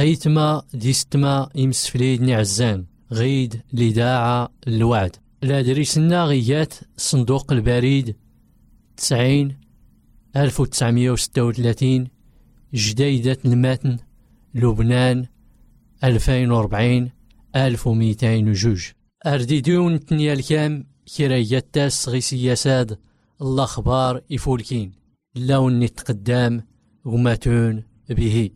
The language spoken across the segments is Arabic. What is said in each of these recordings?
هيتما ديستما يمسفليد نعزان غيد لداعة الوعد لا دريسنا غيات صندوق البريد 90-1936 جديدة المتن لبنان 2040-1202 أرديدون تنيا الكام كرايات تاس غي سياساد الأخبار يفولكين لون نتقدام وماتون به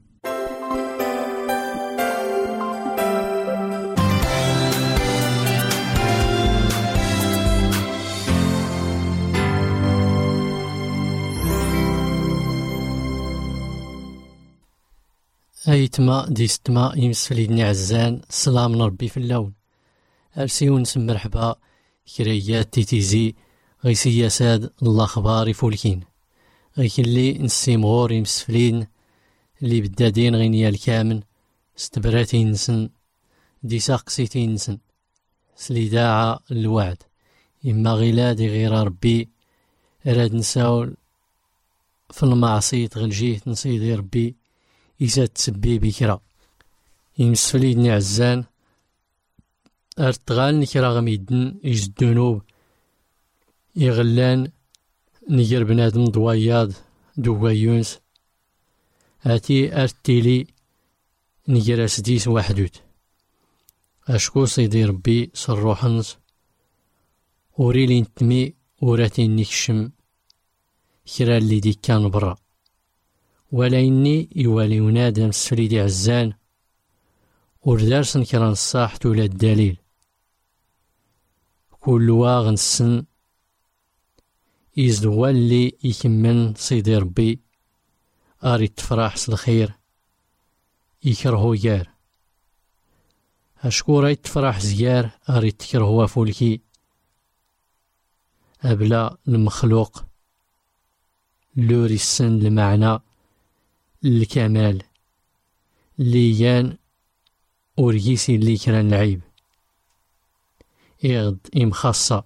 أيتما ديستما يمسفليدني عزان سلام ربي في اللون أرسيون نسم مرحبا كريات تيتيزي غي سياساد الأخبار يفولكين غي اللي نسيمغور يمسفلين اللي بدادين غينيا الكامن استبراتين نسن دي ساقسيتين نسن سليداعة الوعد إما غيلادي غير ربي راد نساول في المعصية غلجيه نصيدي ربي إذا تسبي بكرا يمسفليدني عزان أرتغال نكرا غميدن يجدونوب يغلان نجر بنادم ضوياد دوغيونس هاتي أرتيلي نجر أسديس وحدوت أشكو سيدي ربي صروحنس وريلي نتمي وراتي نكشم كرا اللي دي كان برا ولا إني يوالي ونادم سفليدي عزان وردارس نكران الصاحت ولا الدليل كل واغن السن يزدوال اللي يكمن سيدي ربي أري تفرح الخير يكرهو يار أشكو راي تفرح زيار أري تكرهو فولكي أبلا المخلوق لوري السن المعنى الكمال ليان أوريسي اللي كران العيب إغد إمخاصة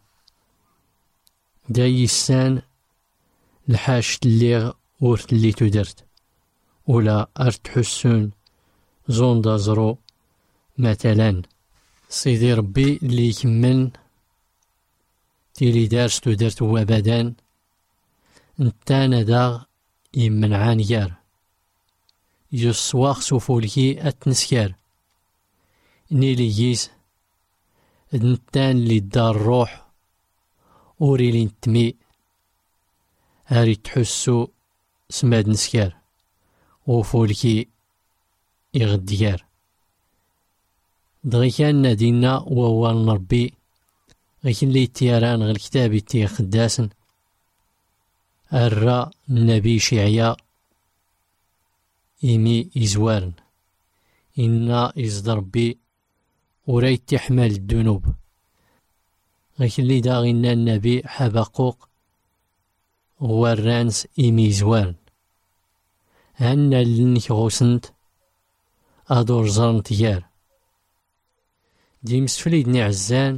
دايسان الحاش اللي ورت اللي تدرت ولا أرتحسون زوندا زرو مثلا سيدي ربي اللي يكمل تيلي دارس تدرت هو أبدا انتانا داغ يمنعان يار يسواخ سوفولكي أتنسكار نيلي ييز نتان اللي دار روح وريلي نتمي هاري تحسو سماد نسكار وفولكي يغديار دغي كان نادينا ووال ربي غي اللي تياران غير كتابي تي خداسن الرا النبي شيعيا إيمي إزوارن إنا إزد ربي وريت تحمل الذنوب غي اللي داغينا النبي حبقوق هو الرانس إيمي زوارن هنا لنك غوسنت أدور زرن تيار دي مسفليدني عزان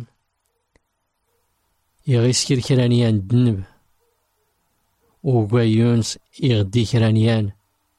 يغيس كرانيان الدنب وقايونس يغدي كرانيان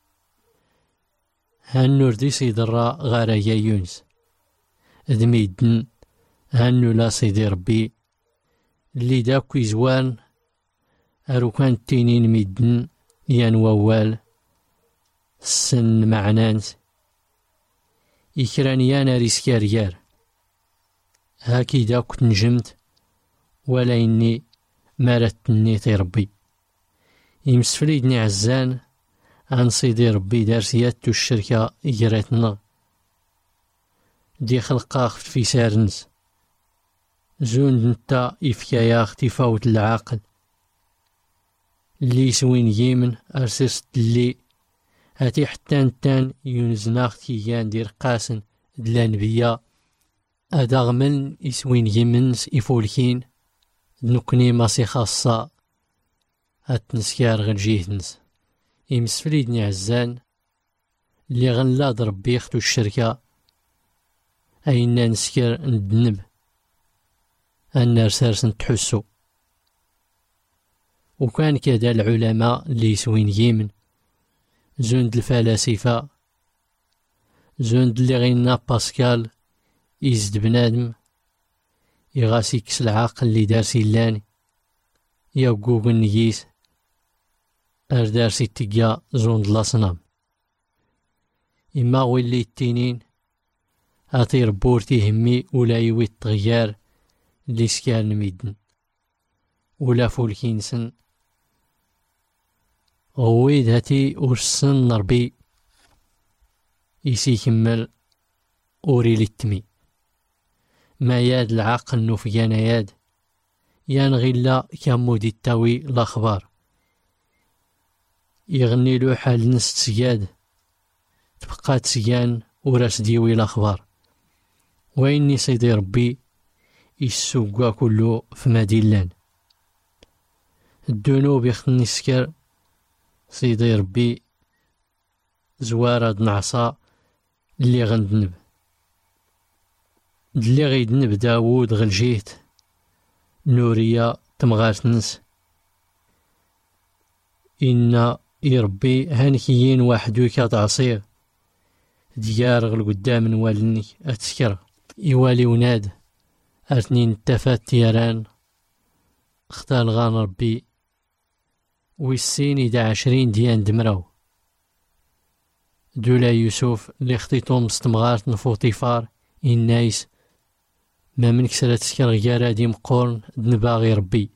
هنو ردي سيدرا غارا يونس دميدن هنو لا سيدي ربي اللي داكو يزوان أرو كان تينين ميدن يان ووال السن معنانس يكرانيان ريسكاريار هاكي داكو تنجمت ولا إني مارتني ربي يمسفليدني عزان عن سيدي ربي دارسيات الشركة إجراتنا دي خلقاخ في سارنس زون نتا إفكايا اختفاوت العاقل اللي سوين يمن أرسست اللي هاتي حتى نتان يونزناخ كيان دير قاسن دلا نبيا أداغمن يسوين يمنس إفولكين نكني ماسي خاصة هاتنسكار غنجيهنس يمسفليدني عزان اللي غنلاد ربي اختو الشركة أين نسكر ندنب أن رسارس نتحسو وكان كذا العلماء اللي يسوين يمن زند الفلاسفة زوند اللي غينا باسكال يزد بنادم يغاسي كس العاقل اللي دارسي اللان يا قوغن نيس دارسي تيجا زوند لاصنام إما ويلي التنين أطير بورتي همي ولا يوي تغيار اللي سكان ميدن ولا فولكينسن غويد هاتي ورسن نربي يسي كمل أوري للتمي ما ياد العقل نوفيان ياد يان غيلا كامودي التاوي الأخبار يغني له حال نس تسياد تبقى تسيان وراس ديوي الأخبار ويني سيدي ربي يسوقا كله في مدينلان الدنوب يخني سكر سيدي ربي زوارة نعصا اللي غندنب اللي غيدنب داوود غلجيت نوريا تمغارتنس إن يربي هانكيين وحدو كتعصير ديار غل قدام نوالني أتسكر يوالي وناد أرتنين تفات تيران اختار غان ربي ويسيني 20 ديان دمراو دولا يوسف اللي خطيتهم مستمغارت نفوطيفار النايس ما من كسرة تسكر غيارا دي مقورن دنباغي ربي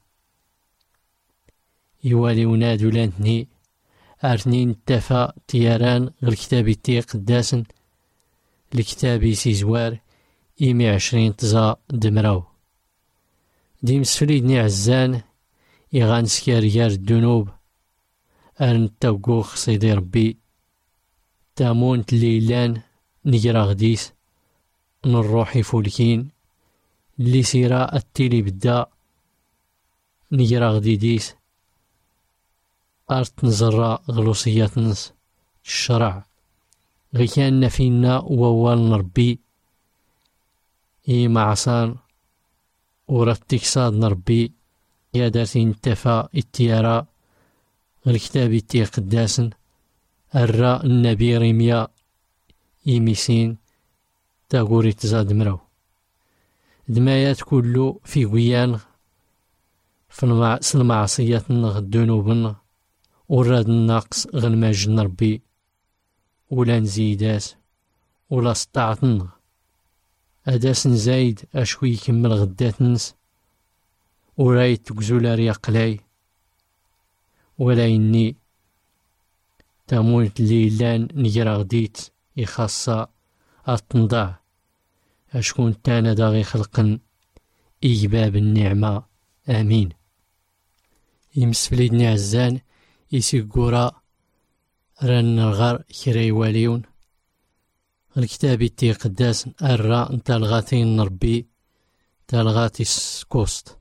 يوالي وناد ولانتني أرتنين تفا تيران غير كتابي تي قداسن لكتابي سيزوار 20 تزا دمراو دي مسفليدني عزان يغان سكار يار الدنوب أرن توقوخ سيدي ربي تامون تليلان نجرا غديس نروحي فولكين اللي سيرا التيلي بدا نجرا غديديس أرت نزرا غلوصيات نس الشرع غي كان فينا ووال نربي إيما عصان ورتك صاد نربي يا دارتي انتفا التيارا الكتاب التي قداسن الراء النبي رميا يميسين تاغوري تزاد مراو دمايات كله في غيان في المعصية الذنوب وراد الناقص غنماج نربي ولا نزيداس ولا سطعتن أداس نزايد أشوي كمل غدات نس ورايت تقزولا رياقلاي ولا إني تامونت ليلان نجرا غديت يخاصة أتنضع أشكون تانا داغي خلقن إجباب النعمة آمين يمسفليدني عزان يسيقورا ران الغار كري واليون الكتاب التي قداس الراء تالغاتين نربي تالغاتي سكوست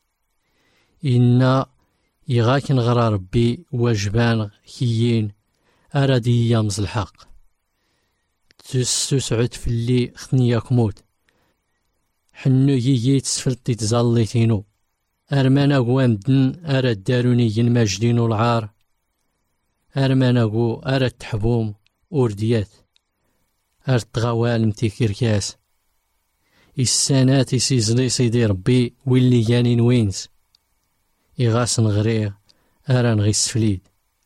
إنا يغاك نغرى ربي واجبان كيين أرادي يامز الحق تسعود في اللي خنياك موت حنو يجي تسفلتي تزاليتينو أرمانا قوام دن أراد داروني ينماجدين العار أرمانا قو أراد تحبوم أورديات أرد تغوالم تيكيركاس السانات يسيزلي سيدي ربي واللي جانين وينز إغاس نغريغ أران غيس فليد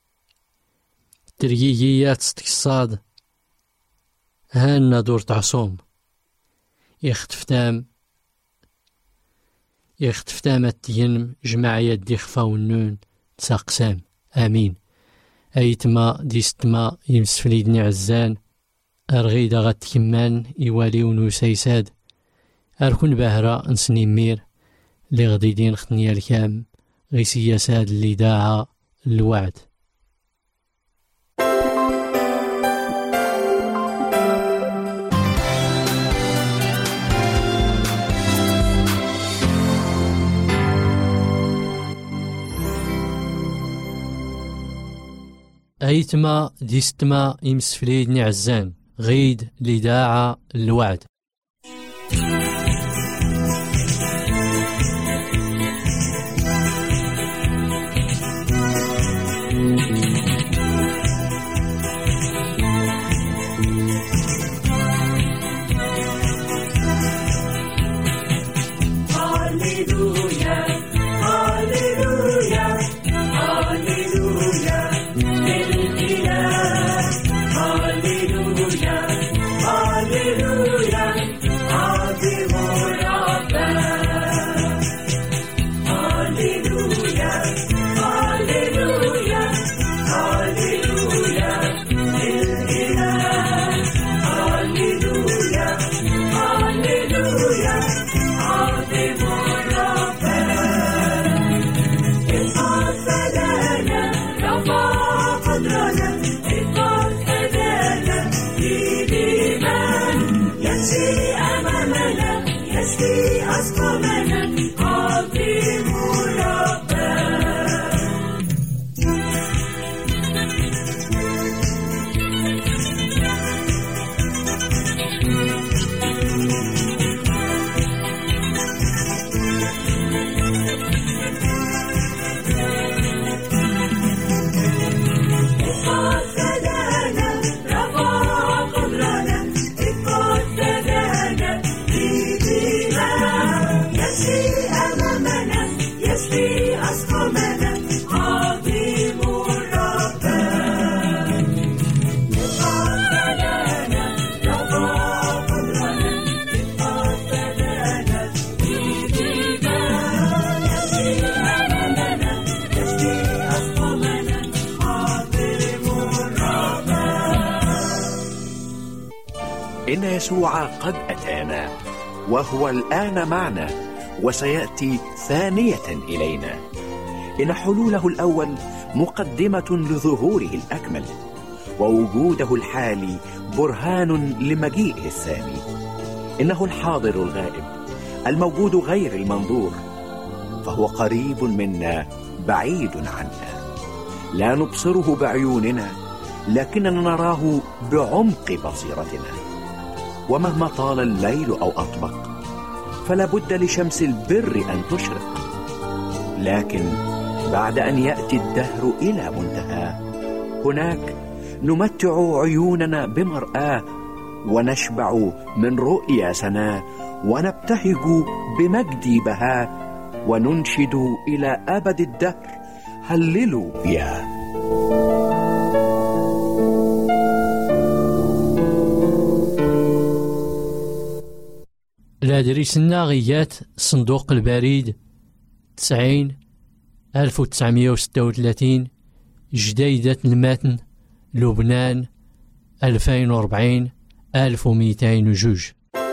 تريجيات ستكصاد هانا دور تعصوم يختفتام التينم جماعية دي خفا والنون تساقسام آمين أيتما ديستما يمسفليدني عزان أرغيدا غتكمان يوالي ونوسيساد أركن باهرة نسني مير لي غديدين ختنيا الكام غي سياساد اللي داعا الوعد أيتما ديستما يمسفليدني عزان غيد لداعا الوعد إن يسوع قد أتانا وهو الآن معنا وسيأتي ثانية إلينا. إن حلوله الأول مقدمة لظهوره الأكمل، ووجوده الحالي برهان لمجيئه الثاني. إنه الحاضر الغائب الموجود غير المنظور، فهو قريب منا بعيد عنا، لا نبصره بعيوننا لكننا نراه بعمق بصيرتنا. ومهما طال الليل أو أطبق فلا بد لشمس البر أن تشرق، لكن بعد أن يأتي الدهر إلى منتهى هناك نمتع عيوننا بمرآه، ونشبع من رؤيا سناه، ونبتهج بمجد بهاه، وننشد إلى أبد الدهر هللويا. الأدريسنا غيات صندوق البريد 90-1936 جديدة المتن لبنان 2040-1202.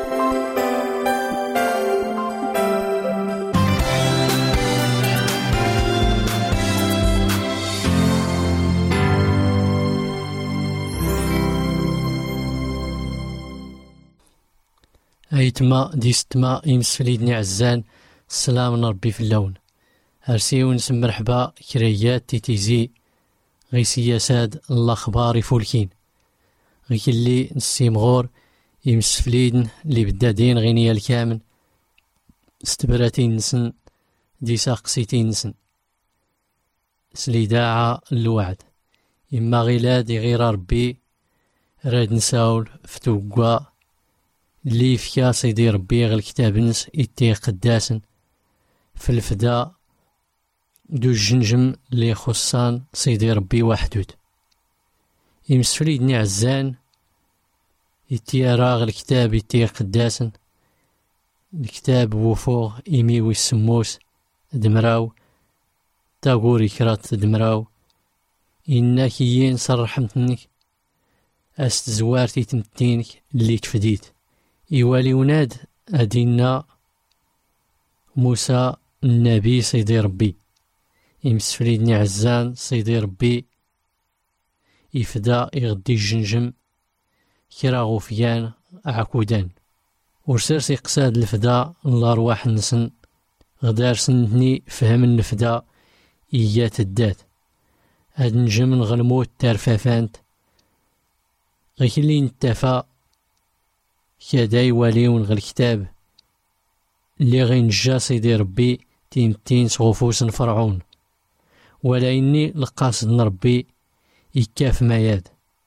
أيتما ديستما يمسفليدني عزان السلام من ربي في اللون. هرسي ونسم مرحبا كريات تيتيزي غي سياساد الأخبار فولكين غي اللي نسيمغور يمسفليدن اللي بدادين غينيا الكامن استبراتين نسن دي ساقسيتين نسن سليداعة الوعد إما غيلادي غير ربي راد نساول فتوقوا اللي فيا سيدي ربي غير الكتاب نس إتي قداسن في الفداء دو الجنجم اللي خصان سيدي ربي وحدود يمسفليدني عزان إتي راغ الكتاب إتي قداسن الكتاب وفوغ إيمي ويسموس دمراو تاغوري كرات دمراو إنك ين صرحمتنك أستزوارتي تمتينك اللي تفديت إيوالي وناد أدينا موسى النبي سيدي ربي يمسفليدني عزان سيدي ربي يفدا يغدي الجنجم كرا غوفيان عكودان ورسرسي قصاد الفدا الأرواح نسن غدار سنتني فهم النفدا إيات الدات هاد نجم نغلموت تارفافانت غيكلي نتفا كداي واليون غير الكتاب اللي غينجا سيدي ربي تيمتين صغفوس فرعون ولا إني لقاصد نربي يكاف ماياد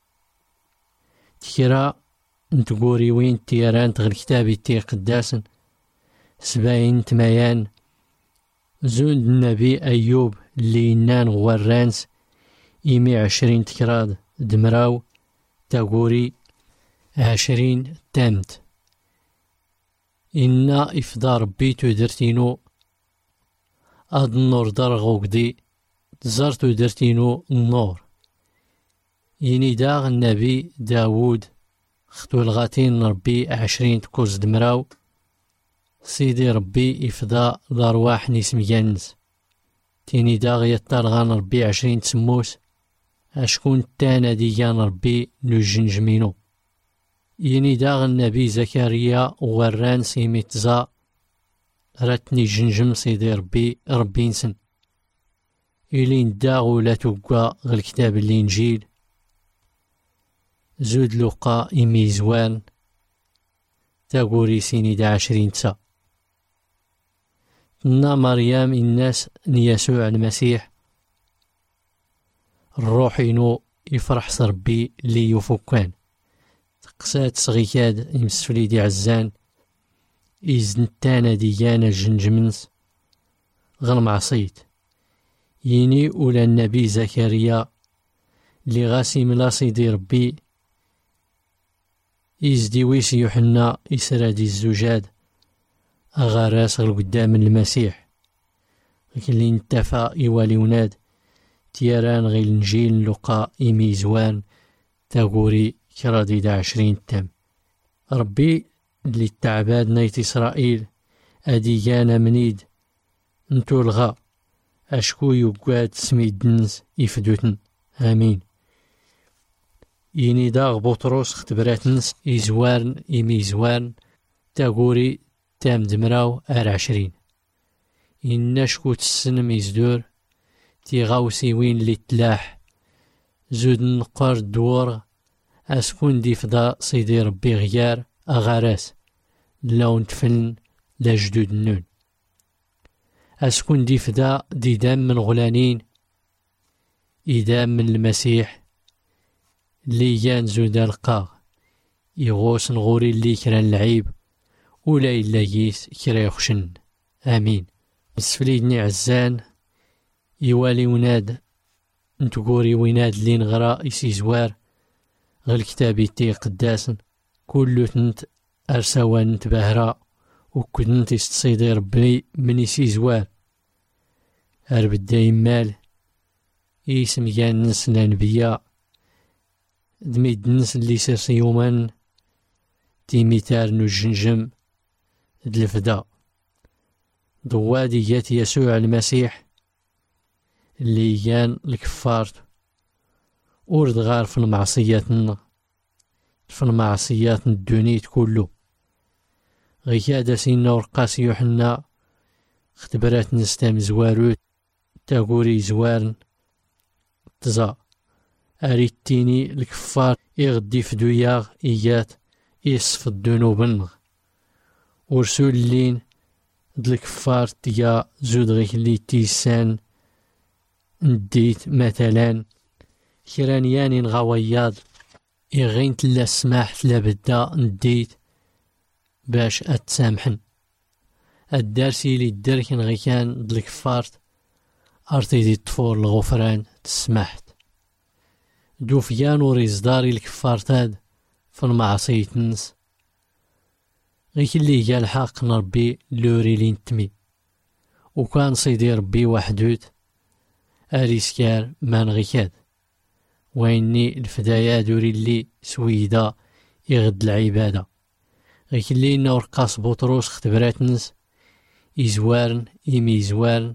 تكرا نتقوري وين تيران غير الكتاب تي قداسن 70 تمايان زوند النبي أيوب اللي ينان غوارانس 20 تكراد دمراو تاقوري 20 تامت. إنا إفضى ربي تودرتينو أد النور درغو قدي تزار تودرتينو النور. يني داغ النبي داود ختو الغاتين ربي 20 تكوز دمراو سيدي ربي إفضى الأرواح نسميانز. تيني داغ يطرغان ربي 20 تسموس أشكون تانا ديان ربي نجنجمينو. يني داغ النبي زكريا وران سيميتزا راتني جنجم سيدي ربي نسن. إلين داغ ولا توقع الكتاب الإنجيل زود لقا إميزوان تاقوري سيني دا 20 تسا. نا مريم الناس نيسوع المسيح الروح إنو يفرح صربي لي يفكان تقسات صغيكاد يمسفلي دي عزان إزنتانا ديانا جنجمنس غير معصيت. يني أولا النبي زكريا اللي غاسي ملا سيدي ربي إزدي ويس يوحنا إسرادي الزجاد أغاراس غل قدام المسيح اللي انتفى إيوالي وناد تيران غير النجيل لقا إميزوان تاغوري كرادي دا 20 تام. ربي اللي التعباد نايت إسرائيل أديانا منيد انتو الغا أشكو يقاد سميدنز إفدوتن آمين. يني داغ بطرس اختبراتنس إزوارن إميزوارن تاغوري تام دمراو 20. إنا شكو تسنم إزدور تيغاوسي وين اللي تلاح زود نقار الدور أسكون دي فضاء سيدي ربي غيار أغاراس لون تفن لا جدود النون. أسكون دي فضاء ديدام من غلانين إدام من المسيح اللي يان زود القاغ يغوص نغوري اللي كران العيب ولا إلا ييس كرا يخشن آمين. مسفليدني عزان يوالي وناد نتقوري ويناد اللي نغرا يسي زوار غير كتابي تي قداسن كلو تنت أرسوان نتبهرا وكنت يستصيدي ربي من يسي زوار أربد دايم مال يسم يانس لانبياء دميد نس اللي سير يومان تيميتار نجنجم دلفدا ضوادي جات يسوع المسيح اللي يان الكفار ورد غار في المعصيات الدونيت كله غيادة سينا ورقاس يوحنا اختبرات نستام زواروت تاقوري زوارن تزا أريتيني الكفار يغدي فدوياغ إيات يصف الذنوب ورسول اللين الكفار تيا زود غيك اللي تيسان نديت مثلا كرانياني نغاوياض إغين تلا السماح تلا بدا نديت باش أتسامحن الدارسي لي الدركن غي كان الكفارت أرتيدي الطفور الغفران تسمحت دوفيان وريزداري الكفارتاد في المعصية نس غيك اللي جا الحق نربي لوري لين تمي وكان صيدي ربي وحدوت أريسكار مان غيكاد ويني الفدايا دوري اللي سويدا يغد العبادة غيك اللي نورقاس بطروس اختبرات نس إزوارن إميزوارن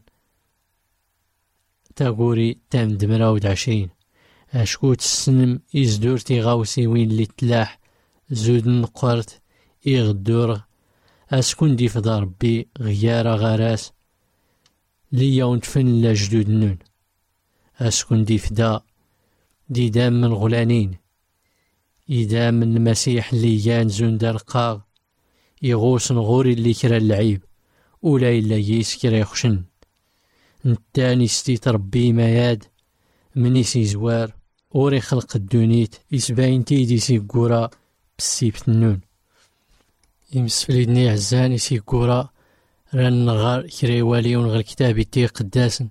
تاقوري تام دمراود 20 أشكو تسنم إزدور تيغاوسي وين اللي تلاح زود نقرت إغدور أسكن دي فدا ربي غيارة غراس ليا ونتفن لا جدود نون أسكن دي فدا ديدام من غلانين إدام من المسيح اللي يان زون دار قاغ يغوص نغوري اللي كرا اللعيب ولا إلا ييس كرا يخشن نتاني ستيت ربي مياد مني سي زوار وري خلق الدونيت يسباين تيدي سي قورا بسيبت النون يمسفليدني عزاني سي قورا ران نغار كري واليون غير كتابي تي قداسن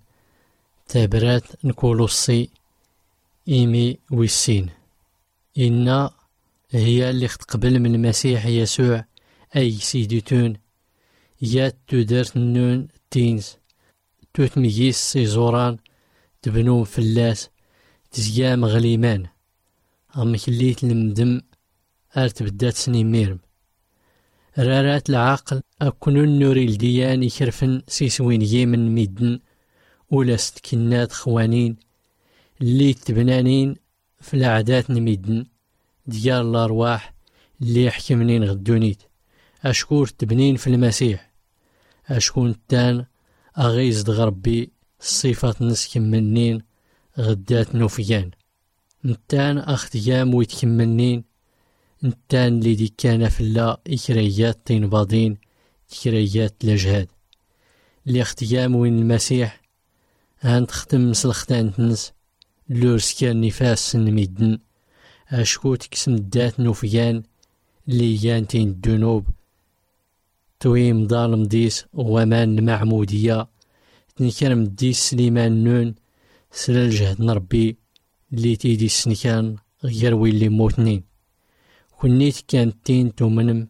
تابرات نكولو الصي إيمي ويسين إنا هي اللي تقبل من المسيح يسوع أي سيدتون يا تدرت النون تينز توتميس سيزوران تبنو فلاس تزيام غليمان أم كليت المدم أرتبدات سني ميرم رارات العقل أكون النوري الديان يكرفن سيسوين يمن ميدن ولا ستكنات خوانين اللي تبنانين في العادات نميدن ديال الأرواح اللي يحكمنين غدونيت أشكور تبنين في المسيح أشكون تان أغيز دغربي الصفات نسكمنين غدات نوفيان نتان أختيام ويتكمنين نتان اللي دي كان فلا إكريات تينباضين إكريات لجهاد اللي اختيام وين المسيح هان تختم سلختان تنس لورس كان نفاس نميدن أشكو تكسم دات نوفيان اللي يانتين الدنوب تويم ظالم ديس ومان المعمودية تنكرم ديس سليمان نون سلال جهد نربي اللي تيدي السنكان غير ويلي موتنين كنيت كانتين تومنم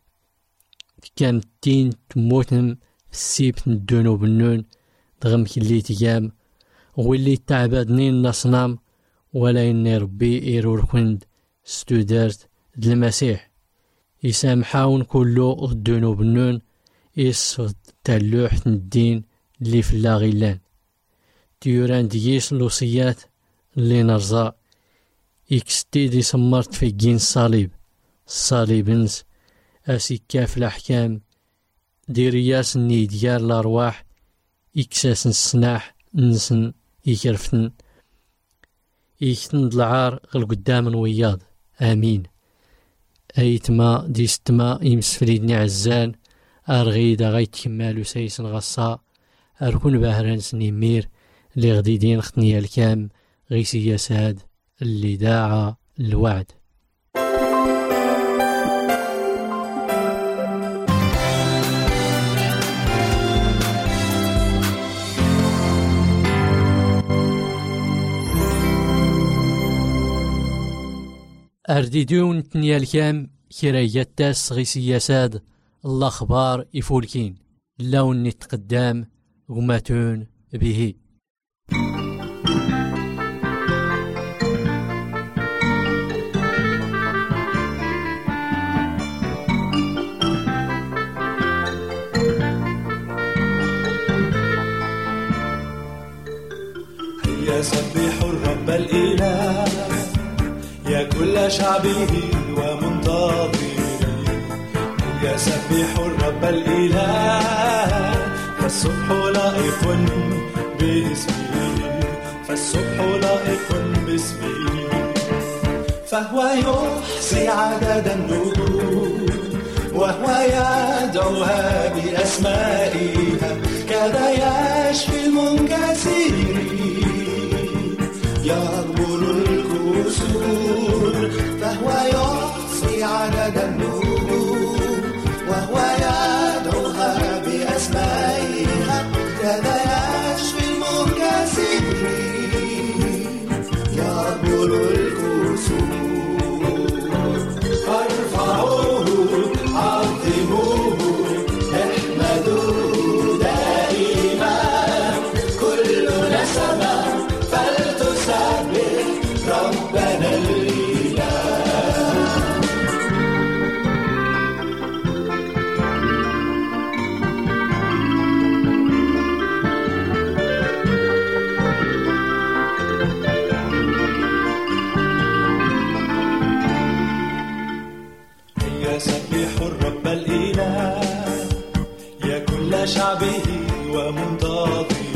كانتين تموتنم في السيبت الدنوب النون دغم كلي تيام واللي تعبادنين نصنام ولا إني ربي إيرور كند ستودرت المسيح يسامحاون كله الدنوب النون يصفد تلوح الدين اللي في اللاغيلان تيوران ديس لوصيات اللي نرزا إكستيدي سمرت في جين الصليبنس أسيكاف الأحكام ديرياس ني ديار الأرواح إكساس السناح نسن يكرفتن يكتن العار غل قدام وياض آمين. أيتما ديستما يمسفريدني عزان أرغيد غيت كمالو سيسن غصا أركون باهران سني مير اللي غديدين ختنيا الكام غيسي يساد اللي داعى الوعد. أرديدون تنيا الكام كرايات تاس غيسي يساد الأخبار يفولكين اللون نتقدام غماتون به. هيا سبحوا الرب الإله يا كل شعبه ومنتظرين هيا سبحوا الرب الإله فالصبح لائق باسمه فالصبح لائق باسمه فهو يحصي عدد النجوم وهو يدعوها بأسمائها كذا يشفي المنكسرين يغمر الكسور فهو يحصي عدد النجوم وهو يدعوها بأسمائها كذا يشفي المنكسرين يغمر الكسور فارفعوه عظموه احمدوه دائما كل نسمة فلتسبح ربنا الإله. هيا سبحوا الرب الإله يا كل شعبه ومنتظرين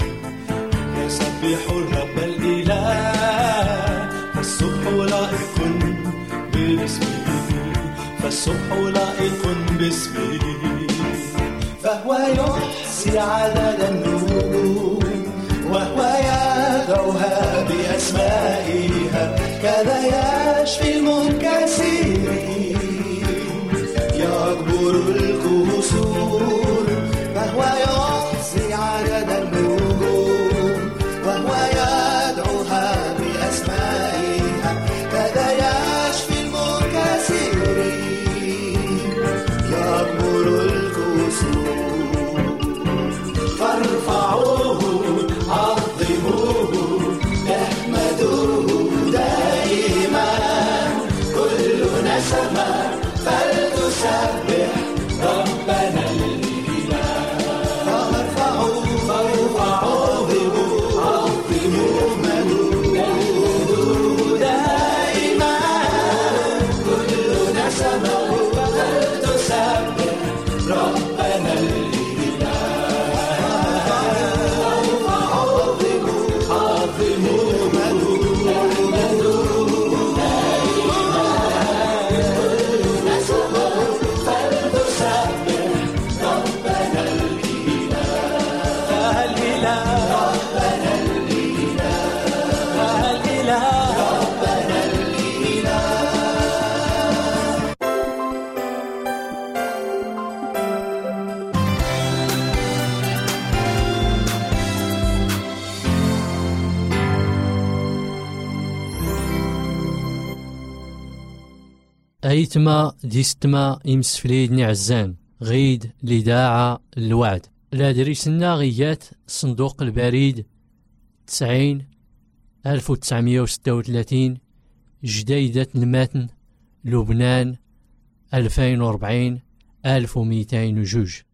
يسبحوا الرب الإله فالصبح لائق باسمه فالصبح لائق باسمه فهو يحصي عدد النجوم وهو يدعوها بأسمائها كذا يشفي المنكسرين يكبر الكسور فهو يحصي عدد النجوم وهو يدعوها بأسمائها كذا يشفي المنكسرين فلتسبح ربنا الإله. فارفعوا عظموا مجده دائما كل نسمة فلتسبح ربنا الإله. عظموا أيتما ديستما إمسفليدني عزان غيد لداعة الوعد. الأدريسنا غيات صندوق البريد 90-1936 جديدة المتن لبنان 2040-1202.